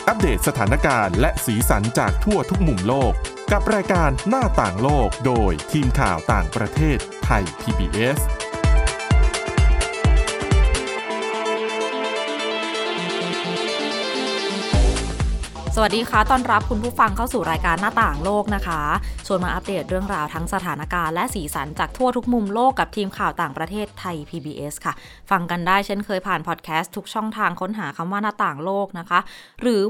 อัปเดตสถานการณ์และสีสันจากทั่วทุกมุมโลกกับรายการหน้าต่างโลกโดยทีมข่าวต่างประเทศไทย PBS สวัสดีค่ะต้อนรับคุณผู้ฟังเข้าสู่รายการหน้าต่างโลกนะคะชวนมาอัปเดตเรื่องราวทั้งสถานการณ์และสีสันจากทั่วทุกมุมโลกกับทีมข่าวต่างประเทศไทย PBS ค่ะฟังกันได้เช่นเคยผ่านพอดแคสต์ทุกช่องทางค้นหาคำว่าหน้าต่างโลกนะคะหรือ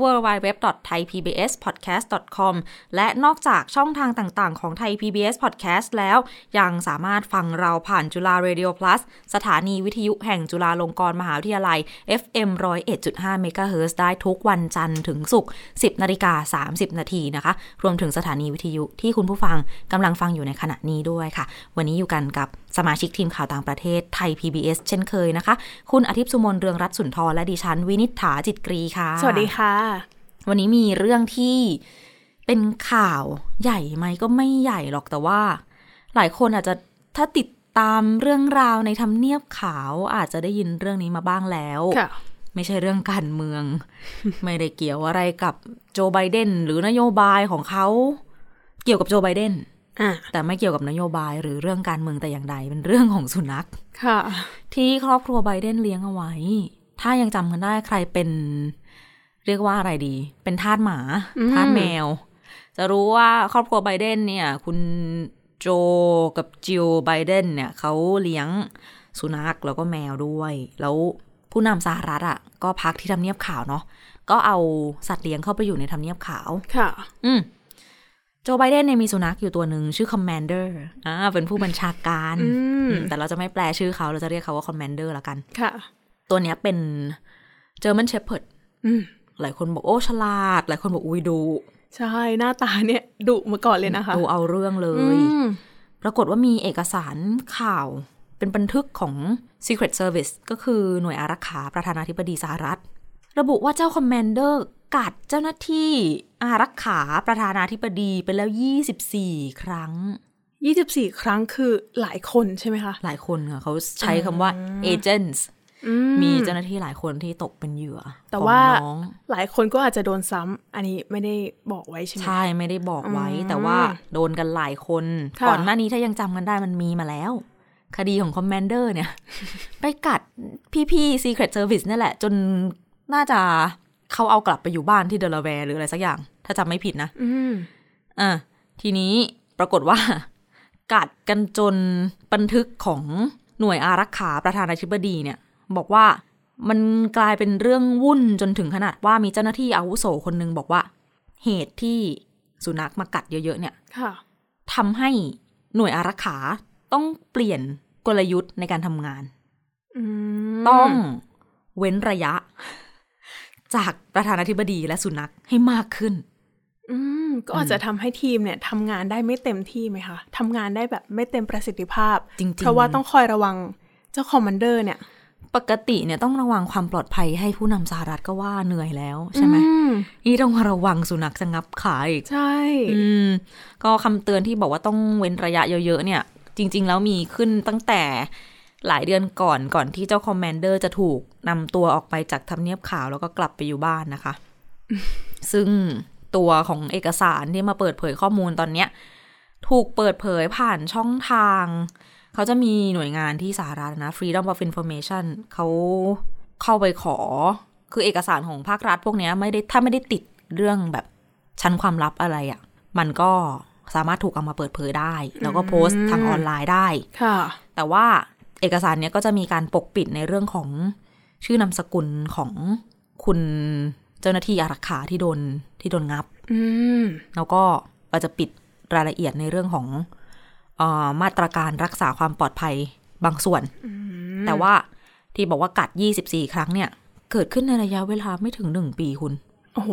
www.thaipbspodcast.com และนอกจากช่องทางต่างๆของไทย PBS Podcast แล้วยังสามารถฟังเราผ่านจุฬา Radio Plus สถานีวิทยุแห่งจุฬาลงกรณ์มหาวิทยาลัย FM 101.5 MHz ได้ทุกวันจันทร์ถึงศุกร์10:30 น.นะคะรวมถึงสถานีวิทยุที่คุณผู้ฟังกำลังฟังอยู่ในขณะนี้ด้วยค่ะวันนี้อยู่กันกับสมาชิกทีมข่าวต่างประเทศไทย PBS เช่นเคยนะคะคุณอาทิตย์สุมนเรืองรัตน์สุนทรและดิฉันวินิษฐาจิตกรีค่ะสวัสดีค่ะวันนี้มีเรื่องที่เป็นข่าวใหญ่ไหมก็ไม่ใหญ่หรอกแต่ว่าหลายคนอาจจะถ้าติดตามเรื่องราวในทำเนียบขาวอาจจะได้ยินเรื่องนี้มาบ้างแล้วไม่ใช่เรื่องการเมือง ไม่ได้เกี่ยวอะไรกับโจไบเดนหรือนโยบายของเขาเกี่ยวกับโจไบเดนแต่ไม่เกี่ยวกับนโยบายหรือเรื่องการเมืองแต่อย่างใดเป็นเรื่องของสุนัขที่ครอบครัวไบเดนเลี้ยงเอาไว้ถ้ายังจำกันได้ใครเป็นเรียกว่าอะไรดีเป็นทาสหมาทาสแมวจะรู้ว่าครอบครัวไบเดนเนี่ยคุณโจกับจิลไบเดนเนี่ยเขาเลี้ยงสุนัขแล้วก็แมวด้วยแล้วผู้นำสหรัฐอ่ะก็พักที่ทำเนียบขาวเนาะก็เอาสัตว์เลี้ยงเข้าไปอยู่ในทำเนียบขาวค่ะโจไบเดนเนี่ยมีสุนัขอยู่ตัวหนึ่งชื่อคอมมานเดอร์เป็นผู้บัญชาการแต่เราจะไม่แปลชื่อเขาเราจะเรียกเขาว่าคอมมานเดอร์ละกันค่ะตัวเนี้ยเป็นเจอร์แมนเชพเพิร์ดหลายคนบอกโอ้ฉลาดหลายคนบอกอุ้ยดุใช่หน้าตาเนี่ยดุมาก่อนเลยนะคะดูเอาเรื่องเลยปรากฏว่ามีเอกสารข่าวเป็นบันทึกของ Secret Service ก็คือหน่วยอารักขาประธานาธิบดีสหรัฐระบุว่าเจ้าคอมมานเดอร์กัดเจ้าหน้าที่อารักขาประธานาธิบดีไปแล้ว24ครั้ง 24ครั้งคือหลายคนใช่ไหมคะหลายคนค่ะเขาใช้คำว่า agents มีเจ้าหน้าที่หลายคนที่ตกเป็นเหยื่อแต่ว่าหลายคนก็อาจจะโดนซ้ำอันนี้ไม่ได้บอกไว้ใช่ไหมใช่ไม่ได้บอกไว้แต่ว่าโดนกันหลายคนก่อนหน้านี้ถ้ายังจำกันได้มันมีมาแล้วคดีของคอมมานเดอร์เนี่ยไปกัดพี่ๆ Secret Service นั่นแหละจนน่าจะเขาเอากลับไปอยู่บ้านที่เดลาแวร์หรืออะไรสักอย่างถ้าจำไม่ผิดนะทีนี้ปรากฏว่ากัดกันจนบันทึกของหน่วยอารักขาประธานาธิบดีเนี่ยบอกว่ามันกลายเป็นเรื่องวุ่นจนถึงขนาดว่ามีเจ้าหน้าที่อาวุโสคนนึงบอกว่าเหตุที่สุนัขมากัดเยอะๆเนี่ยทำให้หน่วยอารักขาต้องเปลี่ยนกลยุทธ์ในการทำงานต้องเว้นระยะจากประธานาธิบดีและสุนัขให้มากขึ้นก็อาจจะทำให้ทีมเนี่ยทำงานได้ไม่เต็มที่ไหมคะทำงานได้แบบไม่เต็มประสิทธิภาพจริงๆเพราะว่าต้องคอยระวังเจ้าคอมมานเดอร์เนี่ยปกติเนี่ยต้องระวังความปลอดภัยให้ผู้นำสหรัฐก็ว่าเหนื่อยแล้วใช่ไหมนี่ต้องมาระวังสุนัขจะงับขาอีกใช่ก็คำเตือนที่บอกว่าต้องเว้นระยะเยอะๆเนี่ยจริงๆแล้วมีขึ้นตั้งแต่หลายเดือนก่อนที่เจ้าคอมมานเดอร์จะถูกนำตัวออกไปจากทำเนียบขาวแล้วก็กลับไปอยู่บ้านนะคะซึ่งตัวของเอกสารที่มาเปิดเผยข้อมูลตอนเนี้ยถูกเปิดเผยผ่านช่องทางเขาจะมีหน่วยงานที่สหรัฐนะ Freedom of Information เขาเข้าไปขอคือเอกสารของภาครัฐพวกนี้ถ้าไม่ได้ติดเรื่องแบบชั้นความลับอะไรอ่ะมันก็สามารถถูกเอามาเปิดเผยได้แล้วก็โพสต์ทางออนไลน์ได้แต่ว่าเอกสารเนี้ยก็จะมีการปกปิดในเรื่องของชื่อนามสกุลของคุณเจ้าหน้าที่อารักขาที่โดนงับแล้วก็อาจจะปิดรายละเอียดในเรื่องของมาตรการรักษาความปลอดภัยบางส่วนแต่ว่าที่บอกว่ากัด24ครั้งเนี่ยเกิดขึ้นในระยะเวลาไม่ถึง1ปีคุณโอ้โห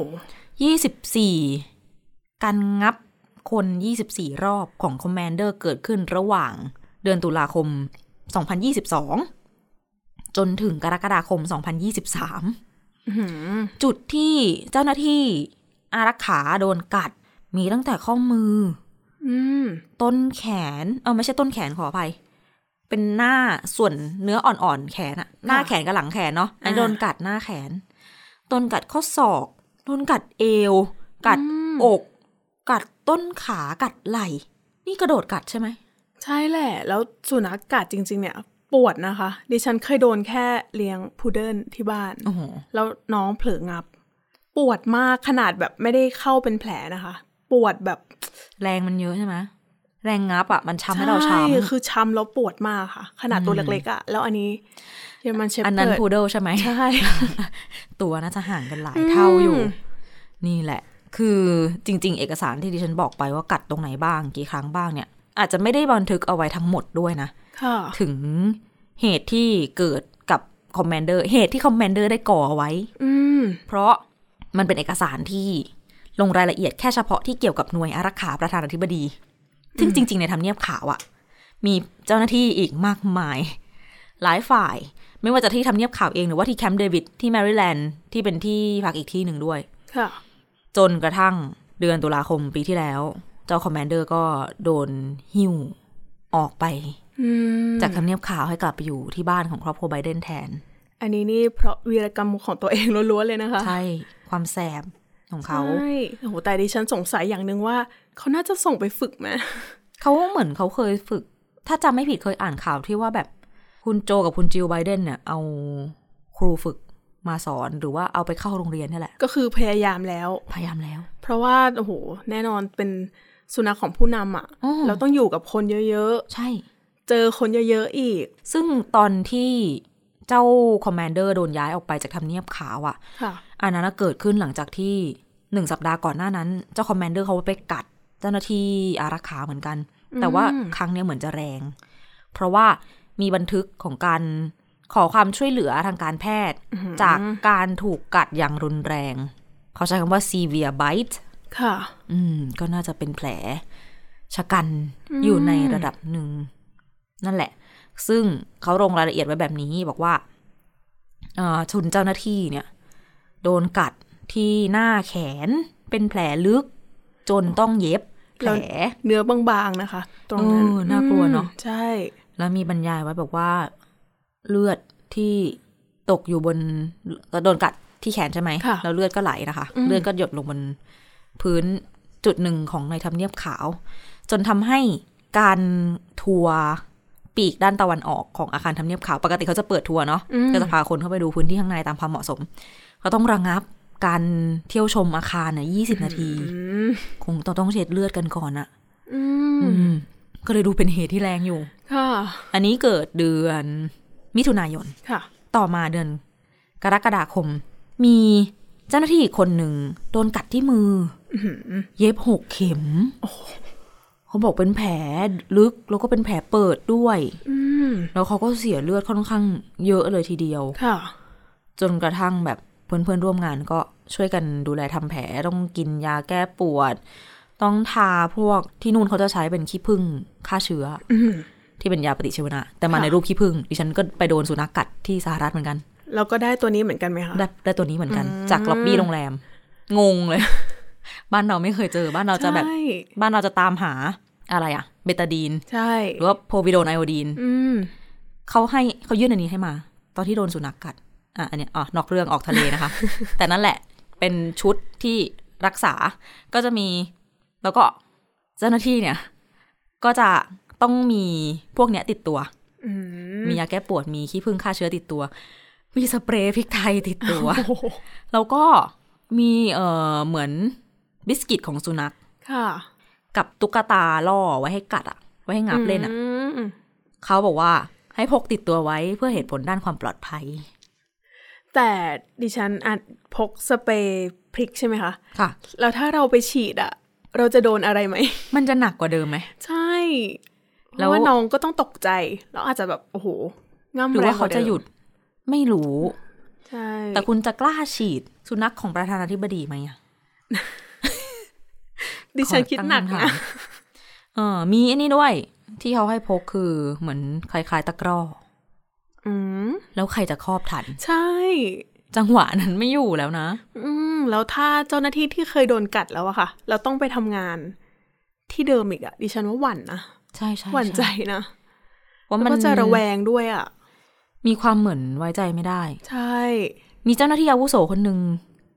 24การงับคน24รอบของคอมมานเดอร์เกิดขึ้นระหว่างเดือนตุลาคม2022จนถึงกรกฎาคม2023จุดที่เจ้าหน้าที่อารักขาโดนกัดมีตั้งแต่ข้อมือต้นแขนไม่ใช่ต้นแขนขออภัยเป็นหน้าส่วนเนื้ออ่อนๆแขนอะหน้าแขนกับหลังแขนเนาะอันโดนกัดหน้าแขนต้นกัดข้อศอกโดนกัดเอวกัดอกกัดต้นขากัดไหล่นี่กระโดดกัดใช่ไหมใช่แหละแล้วสุนัขกัดจริงๆเนี่ยปวดนะคะดิฉันเคยโดนแค่เลี้ยงพุดเดิ้ลที่บ้านแล้วน้องเผลองับปวดมากขนาดแบบไม่ได้เข้าเป็นแผลนะคะปวดแบบแรงมันเยอะใช่ไหมแรงงับอ่ะมันช้ำให้เราช้ำคือช้ำแล้วปวดมากค่ะขนาดตัวเล็กๆอ่ะแล้วอันนี้มันเชฟเพิร์ดอันนั้นพุดเดิ้ลใช่ไหมใช่ตัวน่าจะห่างกันหลายเท่าอยู่นี่แหละคือจริงๆเอกสารที่ดิฉันบอกไปว่ากัดตรงไหนบ้างกี่ครั้งบ้างเนี่ยอาจจะไม่ได้บันทึกเอาไว้ทั้งหมดด้วยนะถึงเหตุที่เกิดกับคอมแมนเดอร์เหตุที่คอมแมนเดอร์ได้ก่อเอาไว้เพราะมันเป็นเอกสารที่ลงรายละเอียดแค่เฉพาะที่เกี่ยวกับหน่วยอารักขาประธานาธิบดีซึ่งจริงๆในทำเนียบขาวอ่ะมีเจ้าหน้าที่อีกมากมายหลายฝ่ายไม่ว่าจะที่ทำเนียบขาวเองหรือว่าที่แคมป์เดวิดที่แมริแลนด์ที่เป็นที่พักอีกที่หนึ่งด้วยจนกระทั่งเดือนตุลาคมปีที่แล้วเจ้าคอมแมนเดอร์ก็โดนหิ้วออกไปจากทำเนียบขาวให้กลับไปอยู่ที่บ้านของครอบครัวไบเดนแทนอันนี้นี่เพราะวีรกรรมของตัวเองล้วนๆเลยนะคะใช่ความแสบของเขาใช่โอ้โหแต่ดิฉันสงสัยอย่างนึงว่าเขาน่าจะส่งไปฝึกไหมเขาเหมือนเขาเคยฝึกถ้าจำไม่ผิดเคยอ่านข่าวที่ว่าแบบคุณโจกับคุณจิลไบเดนเนี่ยเอาครูฝึกมาสอนหรือว่าเอาไปเข้าโรงเรียนนี่แหละก็คือพยายามแล้วเพราะว่าโอ้โหแน่นอนเป็นสุนัขของผู้นำอ่ะเราต้องอยู่กับคนเยอะๆใช่เจอคนเยอะๆอีกซึ่งตอนที่เจ้าคอมแมนเดอร์โดนย้ายออกไปจากทำเนียบขาวอ่ะอันนั้นเกิดขึ้นหลังจากที่1 สัปดาห์ก่อนหน้านั้นเจ้าคอมแมนเดอร์เขาไปกัดเจ้าหน้าที่อารักขาเหมือนกันแต่ว่าครั้งนี้เหมือนจะแรงเพราะว่ามีบันทึกของการขอความช่วยเหลือทางการแพทย์จากการถูกกัดอย่างรุนแรงเขาใช้คำว่า severe bite ค่ะก็น่าจะเป็นแผลชะกันอยู่ในระดับหนึ่งนั่นแหละซึ่งเขาลงรายละเอียดไว้แบบนี้บอกว่าชุนเจ้าหน้าที่เนี่ยโดนกัดที่หน้าแขนเป็นแผลลึกจนต้องเย็บแผลเนื้อบางๆนะคะตรงนั้นน่ากลัวเนาะใช่แล้วมีบรรยายไว้บอกว่าเลือดที่ตกอยู่บนโดนกัดที่แขนใช่ไหมแล้วเลือดก็ไหลนะคะเลือดก็หยดลงบนพื้นจุดหนึ่งของในทำเนียบขาวจนทำให้การทัวร์ปีกด้านตะวันออกของอาคารทำเนียบขาวปกติเขาจะเปิดทัวร์เนาะก็จะพาคนเข้าไปดูพื้นที่ข้างในตามความเหมาะสมเขาต้องระงับการเที่ยวชมอาคารเนี่ย20 นาทีคงต้องเช็ดเลือดกันก่อนอะก็เลยดูเป็นเหตุที่แรงอยู่อันนี้เกิดเดือนมิถุนายนต่อมาเดือนกรกฎาคมมีเจ้าหน้าที่อีกคนหนึ่งโดนกัดที่มือเย็บ6 เข็มเขาบอกเป็นแผลลึกแล้วก็เป็นแผลเปิดด้วยแล้วเขาก็เสียเลือดค่อนข้างเยอะเลยทีเดียวจนกระทั่งแบบเพื่อนๆร่วมงานก็ช่วยกันดูแลทำแผลต้องกินยาแก้ปวดต้องทาพวกที่นู่นเขาจะใช้เป็นขี้ผึ้งฆ่าเชื้อที่เป็นยาปฏิชีวนะแต่มาในรูปขี้ผึ้งดิฉันก็ไปโดนสุนัขกัดที่สหรัฐเหมือนกันแล้วก็ได้ตัวนี้เหมือนกันไหมคะได้ตัวนี้เหมือนกันจากล็อบบี้โรงแรมงงเลย บ้านเราไม่เคยเจอบ้านเราจะแบบบ้านเราจะตามหาอะไรอะเบตาดีนใช่หรือว่าโพวิโดนไอโอดีนเขายื่นอันนี้ให้มาตอนที่โดนสุนัขกัดอันนี้นอกเรื่องออกทะเลนะคะ แต่นั่นแหละเป็นชุดที่รักษาก็จะมีแล้วก็เจ้าหน้าที่เนี่ยก็จะต้องมีพวกเนี้ยติดตัวมียาแก้ปวดมีขี้ผึ้งฆ่าเชื้อติดตัวมีสเปรย์พริกไทยติดตัวแล้วก็มีเหมือนบิสกิตของสุนัขกับตุ๊กตาล่อไว้ให้กัดไว้ให้งับเล่นเขาบอกว่าให้พกติดตัวไว้เพื่อเหตุผลด้านความปลอดภัยแต่ดิฉันพกสเปรย์พริกใช่ไหมคะค่ะแล้วถ้าเราไปฉีดเราจะโดนอะไรไหมมันจะหนักกว่าเดิมไหมใช่แล้วว่าน้องก็ต้องตกใจแล้วอาจจะแบบโอ้โหง่ำแรงหรือว่าเขาจะหยุดไม่รู้ใช่แต่คุณจะกล้าฉีดสุนัขของประธานาธิบดีไหมดิฉันคิดหนักนะมีอันนี้ด้วยที่เขาให้พกคือเหมือนคล้ายๆตะกร้อแล้วใครจะครอบทันใช่จังหวะนั้นไม่อยู่แล้วนะแล้วถ้าเจ้าหน้าที่ที่เคยโดนกัดแล้วอะค่ะเราต้องไปทำงานที่เดิมอีกอะดิฉันว่าหวั่นนะใช่ใช่หวั่นใจนะว่ามันก็จะระแวงด้วยอะมีความเหมือนไว้ใจไม่ได้ใช่มีเจ้าหน้าที่อาวุโสคนหนึ่ง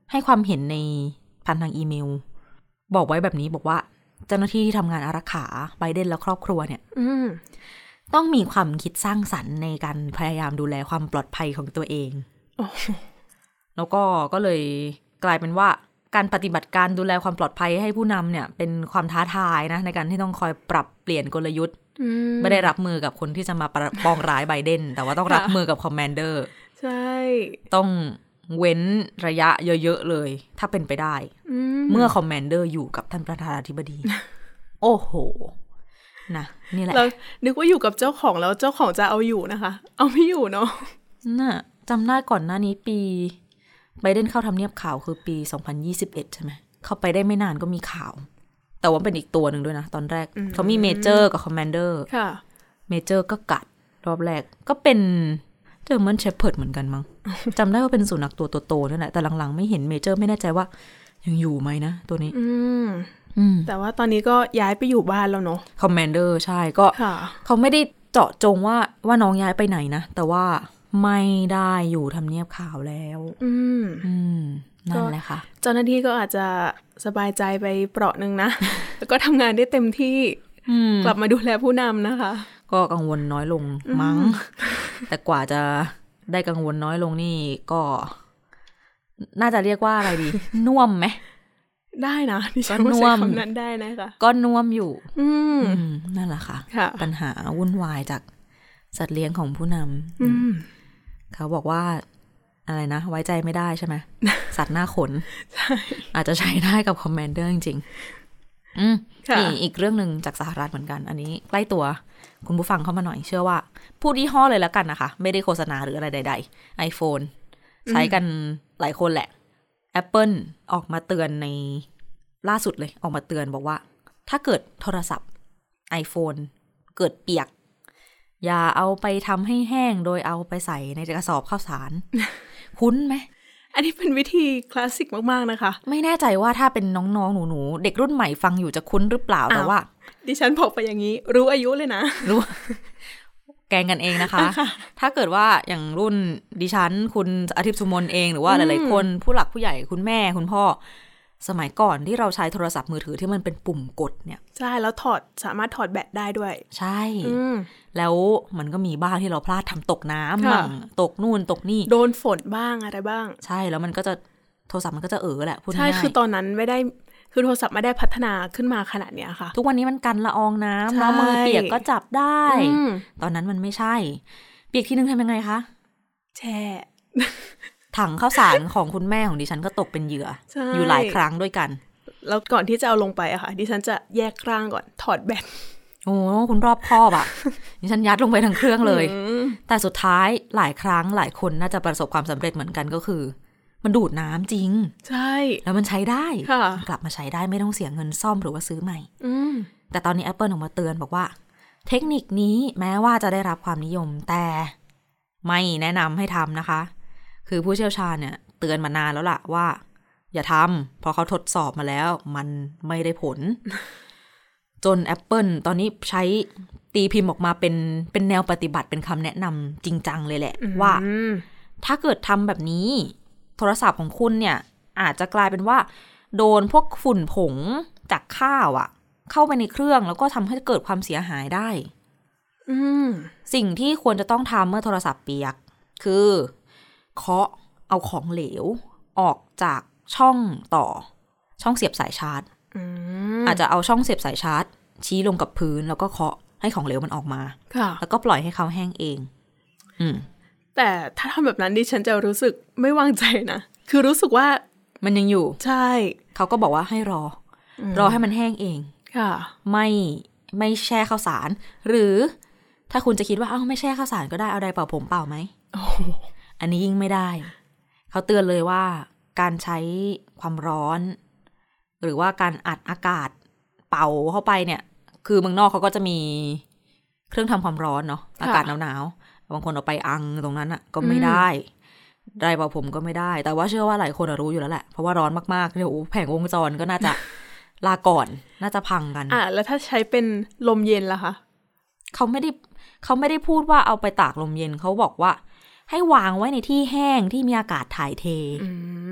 ให้ความเห็นในผ่านทางอีเมลบอกไว้แบบนี้บอกว่าเจ้าหน้าที่ที่ทำงานอารักขาไบเดนและครอบครัวเนี่ยต้องมีความคิดสร้างสรรค์ในการพยายามดูแลความปลอดภัยของตัวเองแล้วก็เลยกลายเป็นว่าการปฏิบัติการดูแลความปลอดภัยให้ผู้นำเนี่ยเป็นความท้าทายนะในการที่ต้องคอยปรับเปลี่ยนกลยุทธ์ไม่ได้รับมือกับคนที่จะมาปองร้ายไบเดนแต่ว่าต้องรับมือกับคอมมานเดอร์ใช่ต้องเว้นระยะเยอะๆเลยถ้าเป็นไปได้เมื่อคอมมานเดอร์อยู่กับท่านประธานาธิบดี โอ้โหนะนี่แหละแล้วนึกว่าอยู่กับเจ้าของแล้วเจ้าของจะเอาอยู่นะคะเอาไม่อยู่เนาะน่ะจำได้ก่อนหน้านี้ปีไบเดนเข้าทำเนียบข่าวคือปี2021ใช่ไหมเข้าไปได้ไม่นานก็มีข่าวแต่ว่าเป็นอีกตัวหนึ่งด้วยนะตอนแรกเขามีเมเจอร์กับคอมมานเดอร์เมเจอร์ก็กัดรอบแรกก็เป็นเจอร์มันเชพเพิร์ดเหมือนกันมั้ง จำได้ว่าเป็นสุนัขตัวโตๆนั่นแหละแต่หลังๆไม่เห็นเมเจอร์ไม่แน่ใจว่ายังอยู่ไหมนะตัวนี้แต่ว่าตอนนี้ก็ย้ายไปอยู่บ้านแล้วเนาะคอมมานเดอร์ใช่ก็เขาไม่ได้เจาะจงว่าน้องย้ายไปไหนนะแต่ว่าไม่ได้อยู่ทำเนียบข่าวแล้วนั่นแหละค่ะเจ้าหน้าที่ก็อาจจะสบายใจไปเปราะนึงนะ แล้วก็ทำงานได้เต็มที่กลับมาดูแลผู้นำนะคะก็กังวลน้อยลงมั้ง แต่กว่าจะได้กังวลน้อยลงนี่ก็น่าจะเรียกว่าอะไรดี น่วมไหมได้นะดิฉันว่าใช้คำนั้นได้นะคะก็น่วมอยู่นั่นแหละค่ะปัญหาวุ่นวายจากสัตว์เลี้ยงของผู้นำเขาบอกว่าอะไรนะไว้ใจไม่ได้ใช่ไหม สัตว์หน้าขน อาจจะใช้ได้กับคอมมานเดอร์จริงๆอีกเรื่องนึงจากสหรัฐเหมือนกันอันนี้ใกล้ตัวคุณผู้ฟังเข้ามาหน่อยเชื่อว่าพูดยี่ห้อเลยแล้วกันนะคะไม่ได้โฆษณาหรืออะไรใดๆ iPhone ใช้กันหลายคนแหละ Apple ออกมาเตือนในล่าสุดเลยออกมาเตือนบอกว่าถ้าเกิดโทรศัพท์ iPhone เกิดเปียกอย่าเอาไปทำให้แห้งโดยเอาไปใส่ในกระสอบข้าวสาร คุ้นไหมอันนี้เป็นวิธีคลาสสิกมากๆนะคะไม่แน่ใจว่าถ้าเป็นน้องๆหนูๆเด็กรุ่นใหม่ฟังอยู่จะคุ้นหรือเปล่าแต่ว่าดิฉันบอกไปอย่างนี้รู้อายุเลยนะรู้ แกงกันเองนะคะ ถ้าเกิดว่าอย่างรุ่นดิฉันคุณอาทิตย์สุมนเองหรือว่าหลายๆคนผู้หลักผู้ใหญ่คุณแม่คุณพ่อสมัยก่อนที่เราใช้โทรศัพท์มือถือที่มันเป็นปุ่มกดเนี่ยใช่แล้วสามารถถอดแบตได้ด้วยใช่แล้วมันก็มีบ้างที่เราพลาดทำตกน้ำบ้างตกนู่นตกนี่โดนฝนบ้างอะไรบ้างใช่แล้วมันก็จะโทรศัพท์มันก็จะแหละพูดง่ายใช่คือตอนนั้นไม่ได้คือโทรศัพท์ไม่ได้พัฒนาขึ้นมาขนาดนี้ค่ะทุกวันนี้มันกันละอองน้ำแล้วมือเปียกก็จับได้ตอนนั้นมันไม่ใช่เปียกทีนึงทำยังไงคะแช่ถังข้าวสารของคุณแม่ของดิฉันก็ตกเป็นเหยื่ออยู่หลายครั้งด้วยกันแล้วก่อนที่จะเอาลงไปอะค่ะดิฉันจะแยกร่างก่อนถอดแบตโอ้คุณรอบคอบอะดิฉันยัดลงไปทั้งเครื่องเลยแต่สุดท้ายหลายครั้งหลายคนน่าจะประสบความสำเร็จเหมือนกันก็คือมันดูดน้ำจริงใช่แล้วมันใช้ได้กลับมาใช้ได้ไม่ต้องเสียเงินซ่อมหรือว่าซื้อใหม่แต่ตอนนี้ Apple ออกมาเตือนบอกว่าเทคนิคนี้แม้ว่าจะได้รับความนิยมแต่ไม่แนะนำให้ทำนะคะคือผู้เชี่ยวชาญเนี่ยเตือนมานานแล้วล่ะว่าอย่าทำเพราะเขาทดสอบมาแล้วมันไม่ได้ผล จน Apple ตอนนี้ใช้ตีพิมพ์ออกมาเป็นแนวปฏิบัติเป็นคำแนะนำจริงจังเลยแหละว่าถ้าเกิดทำแบบนี้โทรศัพท์ของคุณเนี่ยอาจจะกลายเป็นว่าโดนพวกฝุ่นผงจากข้าวอ่ะเข้าไปในเครื่องแล้วก็ทำให้เกิดความเสียหายได้สิ่งที่ควรจะต้องทำเมื่อโทรศัพท์เปียกคือเคาะเอาของเหลวออกจากช่องต่อช่องเสียบสายชาร์จอาจจะเอาช่องเสียบสายชาร์จชี้ลงกับพื้นแล้วก็เคาะให้ของเหลวมันออกมาแล้วก็ปล่อยให้เขาแห้งเองแต่ถ้าทำแบบนั้นดิฉันจะรู้สึกไม่วางใจนะคือรู้สึกว่ามันยังอยู่ใช่เขาก็บอกว่าให้รอให้มันแห้งเองค่ะไม่แช่ข้าวสารหรือถ้าคุณจะคิดว่าไม่แช่ข้าวสารก็ได้เอาไดร์เป่าผมเป่าไหมอันนี้ยิ่งไม่ได้เขาเตือนเลยว่าการใช้ความร้อนหรือว่าการอัดอากาศเป่าเข้าไปเนี่ยคือเมืองนอกเขาก็จะมีเครื่องทำความร้อนเนาะอากาศหนาวๆบางคนเอาไปอังตรงนั้นอ่ะก็ไม่ได้ไดร์เป่าผมก็ไม่ได้แต่ว่าเชื่อว่าหลายคนรู้อยู่แล้วแหละเพราะว่าร้อนมากๆเดี๋ยวแผงวงจรก็น่าจะลาก่อนน่าจะพังกันแล้วถ้าใช้เป็นลมเย็นล่ะคะเขาไม่ได้พูดว่าเอาไปตากลมเย็นเขาบอกว่าให้วางไว้ในที่แห้งที่มีอากาศถ่ายเท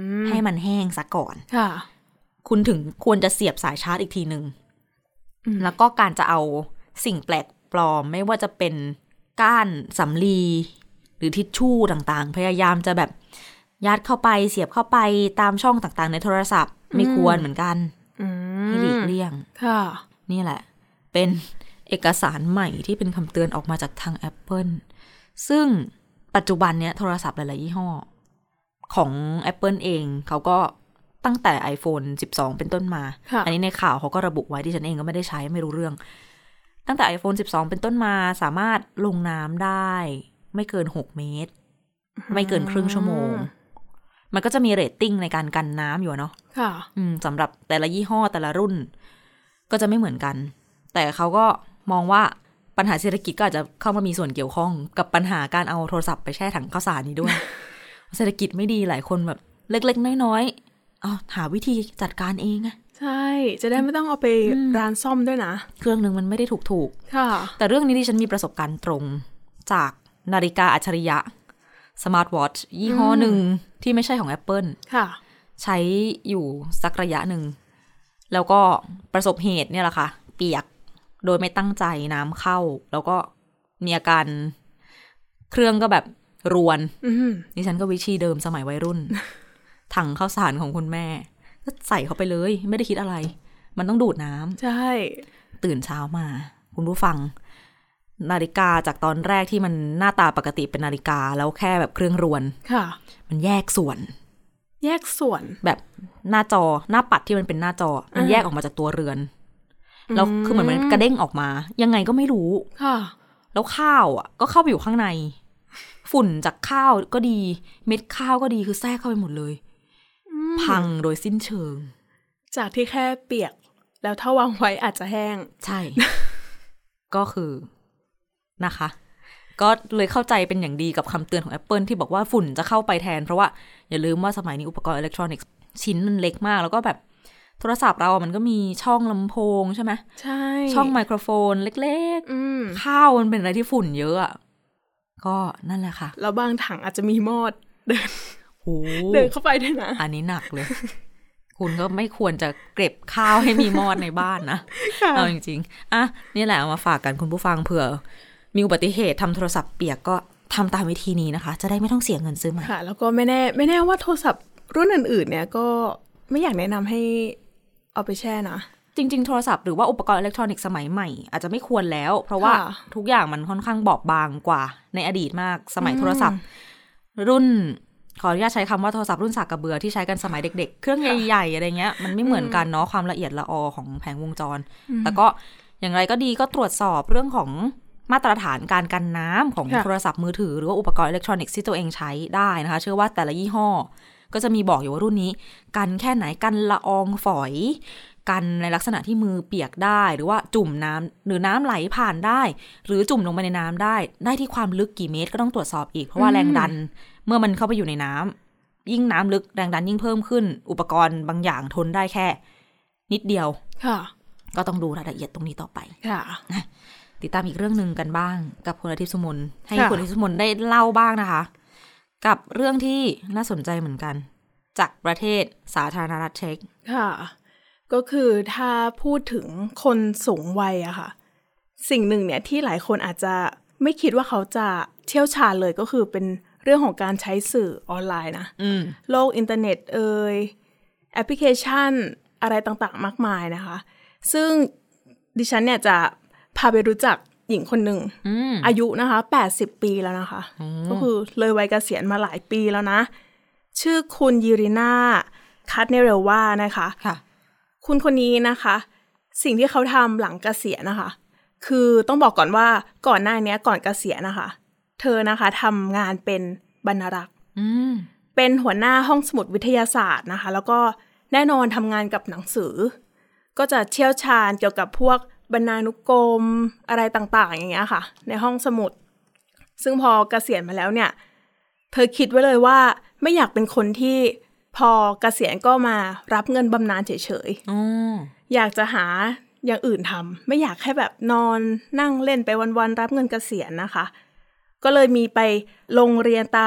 ให้มันแห้งซะก่อนค่ะคุณถึงควรจะเสียบสายชาร์จอีกทีนึงแล้วก็การจะเอาสิ่งแปลกปลอมไม่ว่าจะเป็นก้านสำลีหรือทิชชู่ต่างๆพยายามจะแบบยัดเข้าไปเสียบเข้าไปตามช่องต่างๆในโทรศัพท์ไม่ควรเหมือนกันให้หลีกเลี่ยงค่ะนี่แหละเป็นเอกสารใหม่ที่เป็นคำเตือนออกมาจากทาง Apple ซึ่งปัจจุบันเนี้ยโทรศัพท์หลายๆยี่ห้อของ Apple เองเขาก็ตั้งแต่ iPhone 12 เป็นต้นมาอันนี้ในข่าวเขาก็ระบุไว้ที่ฉันเองก็ไม่ได้ใช้ไม่รู้เรื่องตั้งแต่ iPhone 12 เป็นต้นมาสามารถลงน้ำได้ไม่เกิน6 เมตรไม่เกินครึ่งชั่วโมงมันก็จะมีเรตติ้งในการกันน้ำอยู่เนาะค่ะสำหรับแต่ละยี่ห้อแต่ละรุ่นก็จะไม่เหมือนกันแต่เขาก็มองว่าปัญหาเศรษฐกิจก็อาจจะเข้ามามีส่วนเกี่ยวข้องกับปัญหาการเอาโทรศัพท์ไปแช่ถังข้าวสารนี้ด้วย เศรษฐกิจไม่ดีหลายคนแบบเล็กๆน้อยๆหาวิธีจัดการเองไงใช่จะได้ไม่ต้องเอาไปร้านซ่อมด้วยนะเครื่องนึงมันไม่ได้ถูกๆค่ะแต่เรื่องนี้ที่ฉันมีประสบการณ์ตรงจากนาฬิกาอัจฉริยะสมาร์ทวอทช์ยี่ห้อหนึ่งที่ไม่ใช่ของ Apple ค่ะใช้อยู่สักระยะหนึ่งแล้วก็ประสบเหตุเนี่ยแหละค่ะเปียกโดยไม่ตั้งใจน้ำเข้าแล้วก็มีอาการเครื่องก็แบบรวนนี่ฉันก็วิธีเดิมสมัยวัยรุ่น ถังข้าวสารของคุณแม่ก็ใส่เข้าไปเลยไม่ได้คิดอะไรมันต้องดูดน้ำใช่ตื่นเช้ามาคุณผู้ฟังนาฬิกาจากตอนแรกที่มันหน้าตาปกติเป็นนาฬิกาแล้วแค่แบบเครื่องรวนค่ะมันแยกส่วนแบบหน้าจอหน้าปัดที่มันเป็นหน้าจอมันแยกออกมาจากตัวเรือนแล้วคือเหมือนมันกระเด้งออกมายังไงก็ไม่รู้ค่ะแล้วข้าวอ่ะก็เข้าไปอยู่ข้างในฝุ่นจากข้าวก็ดีเม็ดข้าวก็ดีคือแทรกเข้าไปหมดเลยพังโดยสิ้นเชิงจากที่แค่เปียกแล้วถ้าวางไว้อาจจะแห้งใช่ ก็คือนะคะก็เลยเข้าใจเป็นอย่างดีกับคำเตือนของ Apple ที่บอกว่าฝุ่นจะเข้าไปแทนเพราะว่าอย่าลืมว่าสมัยนี้อุปกรณ์อิเล็กทรอนิกส์ชิ้นมันเล็กมากแล้วก็แบบโทรศัพท์เรามันก็มีช่องลำโพงใช่ไหมใช่ช่องไมโครโฟนเล็กๆข้าวมันเป็นอะไรที่ฝุ่นเยอะอ่ะก็นั่นแหละค่ะแล้วบางถังอาจจะมีมอดเดินเข้าไปด้วยนะอันนี้หนักเลย คุณก็ไม่ควรจะเก็บข้าวให้มีมอดในบ้านนะเอาจริงๆอ่ะนี่แหละเอามาฝากกันคุณผู้ฟังเผื่อมีอุบัติเหตุทำโทรศัพท์เปียกก็ทำตามวิธีนี้นะคะจะได้ไม่ต้องเสียเงินซื้อใหม่ค่ะแล้วก็ไม่แน่ว่าโทรศัพท์รุ่นอื่นๆเนี่ยก็ไม่อยากแนะนำให้เอาไปแช่นะจริงๆโทรศัพท์หรือว่าอุปกรณ์อิเล็กทรอนิกส์สมัยใหม่อาจจะไม่ควรแล้วเพราะว่าทุกอย่างมันค่อนข้างบอบบางกว่าในอดีตมากสมัยโทรศัพท์รุ่นขออนุญาตใช้คำว่าโทรศัพท์รุ่นสากกระเบือที่ใช้กันสมัยเด็กๆเครื่องใหญ่ๆอะไรเงี้ยมันไม่เหมือนกันเนาะความละเอียดละออของแผงวงจรแต่ก็อย่างไรก็ดีก็ตรวจสอบเรื่องของมาตรฐานการกันน้ำของโทรศัพท์มือถือหรือว่าอุปกรณ์อิเล็กทรอนิกส์ที่ตัวเองใช้ได้นะคะเชื่อว่าแต่ละยี่ห้อก็จะมีบอกอยู่ว่ารุ่นนี้กันแค่ไหนกันละอองฝอยกันในลักษณะที่มือเปียกได้หรือว่าจุ่มน้ำหรือน้ำไหลผ่านได้หรือจุ่มลงไปในน้ำได้ที่ความลึกกี่เมตรก็ต้องตรวจสอบอีกเพราะว่าแรงดันเมื่อมันเข้าไปอยู่ในน้ำยิ่งน้ำลึกแรงดันยิ่งเพิ่มขึ้นอุปกรณ์บางอย่างทนได้แค่นิดเดียวก็ต้องดูรายละเอียดตรงนี้ต่อไปติดตามอีกเรื่องนึงกันบ้างกับคุณอาทิตย์สุมนให้คุณอาทิตย์สุมนได้เล่าบ้างนะคะกับเรื่องที่น่าสนใจเหมือนกันจากประเทศสาธารณรัฐเช็กค่ะก็คือถ้าพูดถึงคนสูงวัยอะค่ะสิ่งหนึ่งเนี่ยที่หลายคนอาจจะไม่คิดว่าเขาจะเชี่ยวชาญเลยก็คือเป็นเรื่องของการใช้สื่อออนไลน์นะโลกอินเทอร์เน็ตแอปพลิเคชันอะไรต่างๆมากมายนะคะซึ่งดิฉันเนี่ยจะพาไปรู้จักหญิงคนหนึ่งอายุนะคะ80 ปีแล้วนะคะก็คือเลยวัยเกษียณมาหลายปีแล้วนะชื่อคุณยูริน่าคัตเนเรลวานะคะคุณคนนี้นะคะสิ่งที่เขาทำหลังเกษียณนะคะคือต้องบอกก่อนว่าก่อนหน้านี้ก่อนเกษียณนะคะเธอนะคะทำงานเป็นบรรณารักษ์เป็นหัวหน้าห้องสมุดวิทยาศาสตร์นะคะแล้วก็แน่นอนทำงานกับหนังสือก็จะเชี่ยวชาญเกี่ยวกับพวกบรรณานุกรมอะไรต่างๆอย่างเงี้ยค่ะในห้องสมุดซึ่งพอเกษียณมาแล้วเนี่ยเธอคิดไว้เลยว่าไม่อยากเป็นคนที่พอเกษียณก็มารับเงินบำนาญเฉยๆอยากจะหาอย่างอื่นทำไม่อยากแค่แบบนอนนั่งเล่นไปวันๆรับเงินเกษียณนะคะก็เลยมีไปลงเรียนตาม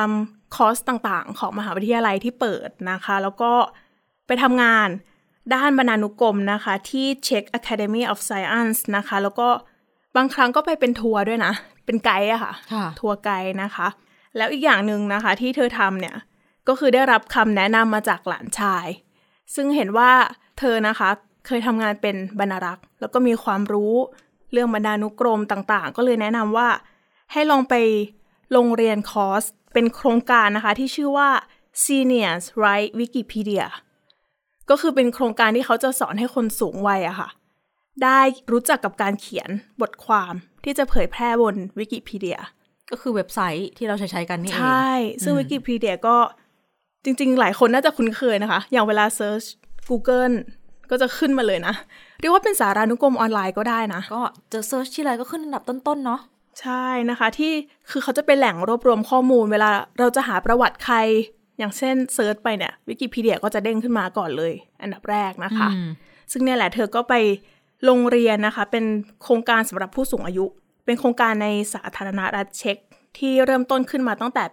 คอร์สต่างๆของมหาวิทยาลัยที่เปิดนะคะแล้วก็ไปทำงานด้านบรรณานุกรมนะคะที่ Czech Academy of Science นะคะแล้วก็บางครั้งก็ไปเป็นทัวร์ด้วยนะเป็นไกด์อะค่ะทัวร์ไกด์นะคะแล้วอีกอย่างหนึ่งนะคะที่เธอทำเนี่ยก็คือได้รับคำแนะนำมาจากหลานชายซึ่งเห็นว่าเธอนะคะเคยทำงานเป็นบรรณารักษ์แล้วก็มีความรู้เรื่องบรรณานุกรมต่างๆก็เลยแนะนำว่าให้ลองไปลงเรียนคอร์สเป็นโครงการนะคะที่ชื่อว่า Seniors Write Wikipedia ก็คือเป็นโครงการที่เขาจะสอนให้คนสูงวัยอะค่ะได้รู้จักกับการเขียนบทความที่จะเผยแพร่บน Wikipedia ก็คือเว็บไซต์ที่เราใช้กันนี่เองใช่ซึ่ง Wikipedia ก็จริงๆหลายคนน่าจะคุ้นเคยนะคะอย่างเวลาเซิร์ช Google ก็จะขึ้นมาเลยนะเรียกว่าเป็นสารานุกรมออนไลน์ก็ได้นะก็จะเซิร์ชที่ไรก็ขึ้นอันดับต้นๆเนาะใช่นะคะที่คือเขาจะเป็นแหล่งรวบรวมข้อมูลเวลาเราจะหาประวัติใครอย่างเช่นเซิร์ชไปเนี่ย Wikipedia ก็จะเด้งขึ้นมาก่อนเลยอันดับแรกนะคะซึ่งเนี่ยแหละเธอก็ไปโรงเรียนนะคะเป็นโครงการสำหรับผู้สูงอายุเป็นโครงการในสาธารณรัฐเช็กที่เริ่มต้นขึ้นมาตั้งแต่ปี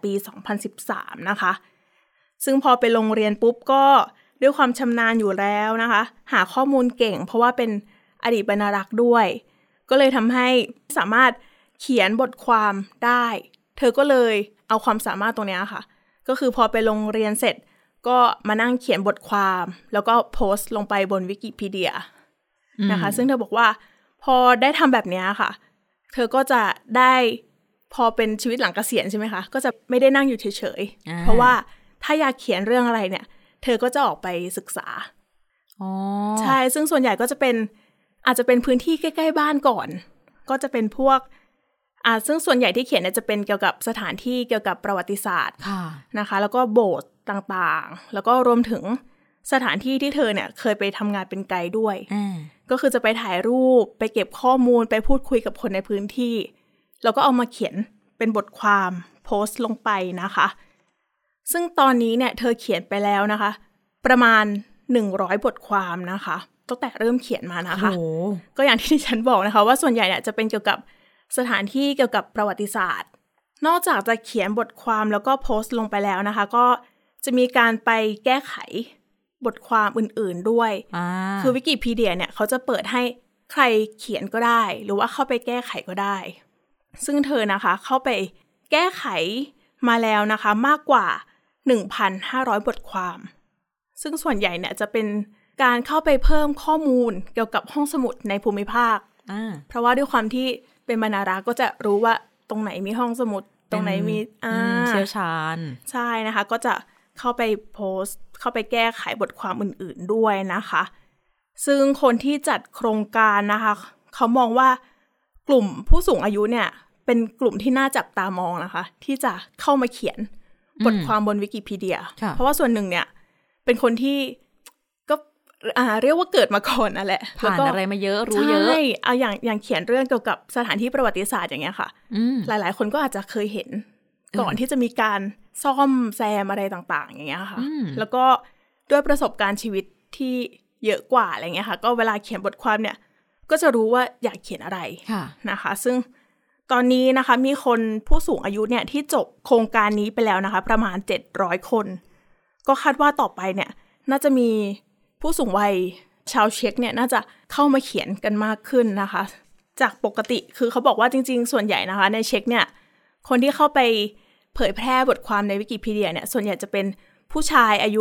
2013 นะคะซึ่งพอไปโรงเรียนปุ๊บก็ด้วยความชำนาญอยู่แล้วนะคะหาข้อมูลเก่งเพราะว่าเป็นอดีตบรรณารักษ์ด้วยก็เลยทำให้สามารถเขียนบทความได้เธอก็เลยเอาความสามารถตรงนี้ค่ะก็คือพอไปโรงเรียนเสร็จก็มานั่งเขียนบทความแล้วก็โพสต์ลงไปบน Wikipedia นะคะซึ่งเธอบอกว่าพอได้ทำแบบนี้ค่ะเธอก็จะได้พอเป็นชีวิตหลังเกษียณใช่ไหมคะก็จะไม่ได้นั่งอยู่เฉยๆเพราะว่าถ้าอยากเขียนเรื่องอะไรเนี่ยเธอก็จะออกไปศึกษาใช่ซึ่งส่วนใหญ่ก็จะเป็นอาจจะเป็นพื้นที่ใกล้ๆบ้านก่อนก็จะเป็นพวกซึ่งส่วนใหญ่ที่เขียนเนี่ยจะเป็นเกี่ยวกับสถานที่เกี่ยวกับประวัติศาสตร์นะคะแล้วก็โบสถ์ต่างๆแล้วก็รวมถึงสถานที่ที่เธอเนี่ยเคยไปทำงานเป็นไกด์ด้วยก็คือจะไปถ่ายรูปไปเก็บข้อมูลไปพูดคุยกับคนในพื้นที่แล้วก็เอามาเขียนเป็นบทความโพสต์ลงไปนะคะซึ่งตอนนี้เนี่ยเธอเขียนไปแล้วนะคะประมาณ100บทความนะคะตั้งแต่เริ่มเขียนมานะคะก็อย่างที่ฉันบอกนะคะว่าส่วนใหญ่เนี่ยจะเป็นเกี่ยวกับสถานที่เกี่ยวกับประวัติศาสตร์นอกจากจะเขียนบทความแล้วก็โพสต์ลงไปแล้วนะคะก็จะมีการไปแก้ไขบทความอื่นๆด้วยคือ Wikipedia เนี่ยเขาจะเปิดให้ใครเขียนก็ได้หรือว่าเข้าไปแก้ไขก็ได้ซึ่งเธอนะคะเข้าไปแก้ไขมาแล้วนะคะมากกว่า 1,500 บทความซึ่งส่วนใหญ่เนี่ยจะเป็นการเข้าไปเพิ่มข้อมูลเกี่ยวกับห้องสมุดในภูมิภาคเพราะว่าด้วยความที่เป็นบรรณารักษ์ก็จะรู้ว่าตรงไหนมีห้องสมุดตรงไหนมีเชี่ยวชาญใช่นะคะก็จะเข้าไปโพสต์เข้าไปแก้ไขบทความอื่นๆด้วยนะคะซึ่งคนที่จัดโครงการนะคะเขามองว่ากลุ่มผู้สูงอายุเนี่ยเป็นกลุ่มที่น่าจับตามองนะคะที่จะเข้ามาเขียนบทความบน Wikipedia เพราะว่าส่วนหนึ่งเนี่ยเป็นคนที่ก็เรียกว่าเกิดมาก่อนนั่นแหละผ่านอะไรมาเยอะรู้เยอะใช่อย่างเขียนเรื่องเกี่ยวกับสถานที่ประวัติศาสตร์อย่างเงี้ยค่ะหลายๆคนก็อาจจะเคยเห็นก่อนที่จะมีการซ่อมแซมอะไรต่างๆอย่างเงี้ยค่ะแล้วก็ด้วยประสบการณ์ชีวิตที่เยอะกว่าอะไรเงี้ยค่ะก็เวลาเขียนบทความเนี่ยก็จะรู้ว่าอยากเขียนอะไรนะคะซึ่งตอนนี้นะคะมีคนผู้สูงอายุเนี่ยที่จบโครงการนี้ไปแล้วนะคะประมาณ700คนก็คาดว่าต่อไปเนี่ยน่าจะมีผู้สูงวัยชาวเช็กเนี่ยน่าจะเข้ามาเขียนกันมากขึ้นนะคะจากปกติคือเขาบอกว่าจริงๆส่วนใหญ่นะคะในเช็กเนี่ยคนที่เข้าไปเผยแพร่บทความใน Wikipedia เนี่ยส่วนใหญ่จะเป็นผู้ชายอายุ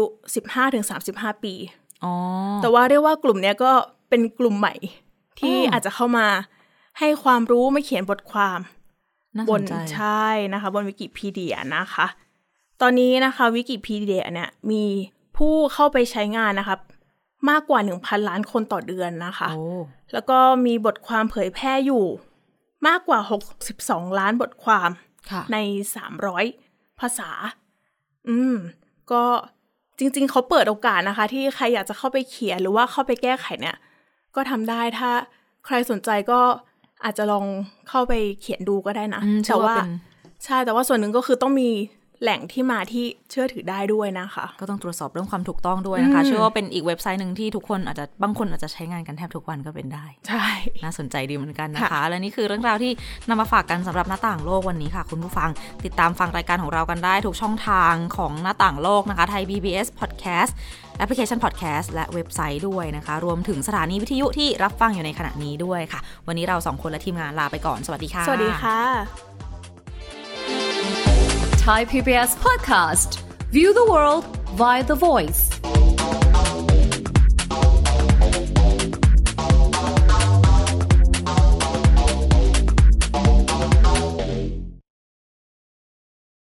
15-35 ปีแต่ว่าเรียกว่ากลุ่มเนี้ยก็เป็นกลุ่มใหม่ที่อาจจะเข้ามาให้ความรู้มาเขียนบทความบนใช่นะคะบน Wikipedia นะคะตอนนี้นะคะ Wikipedia เนี่ยมีผู้เข้าไปใช้งานนะคะมากกว่า 1,000 ล้านคนต่อเดือนนะคะแล้วก็มีบทความเผยแพร่อยู่มากกว่า62ล้านบทความใน300ภาษาก็จริงๆเขาเปิดโอกาสนะคะที่ใครอยากจะเข้าไปเขียนหรือว่าเข้าไปแก้ไขเนี่ยก็ทำได้ถ้าใครสนใจก็อาจจะลองเข้าไปเขียนดูก็ได้นะแต่ว่าใช่แต่ว่าส่วนหนึ่งก็คือต้องมีแหล่งที่มาที่เชื่อถือได้ด้วยนะคะก็ต้องตรวจสอบเรื่องความถูกต้องด้วยนะคะเชื่อว่าเป็นอีกเว็บไซต์นึงที่ทุกคนอาจจะบางคนอาจจะใช้งานกันแทบทุกวันก็เป็นได้ใช่น่าสนใจดีเหมือนกันนะคะและนี่คือเรื่องราวที่นำมาฝากกันสำหรับหน้าต่างโลกวันนี้ค่ะคุณผู้ฟังติดตามฟังรายการของเรากันได้ทุกช่องทางของหน้าต่างโลกนะคะไทย PBS Podcast แอปพลิเคชัน Podcast และเว็บไซต์ด้วยนะคะรวมถึงสถานีวิทยุที่รับฟังอยู่ในขณะนี้ด้วยค่ะวันนี้เรา2คนและทีมงานลาไปก่อนสวัสดีค่ะสวัสดีค่ะ Thai PBS Podcast View the world via the voice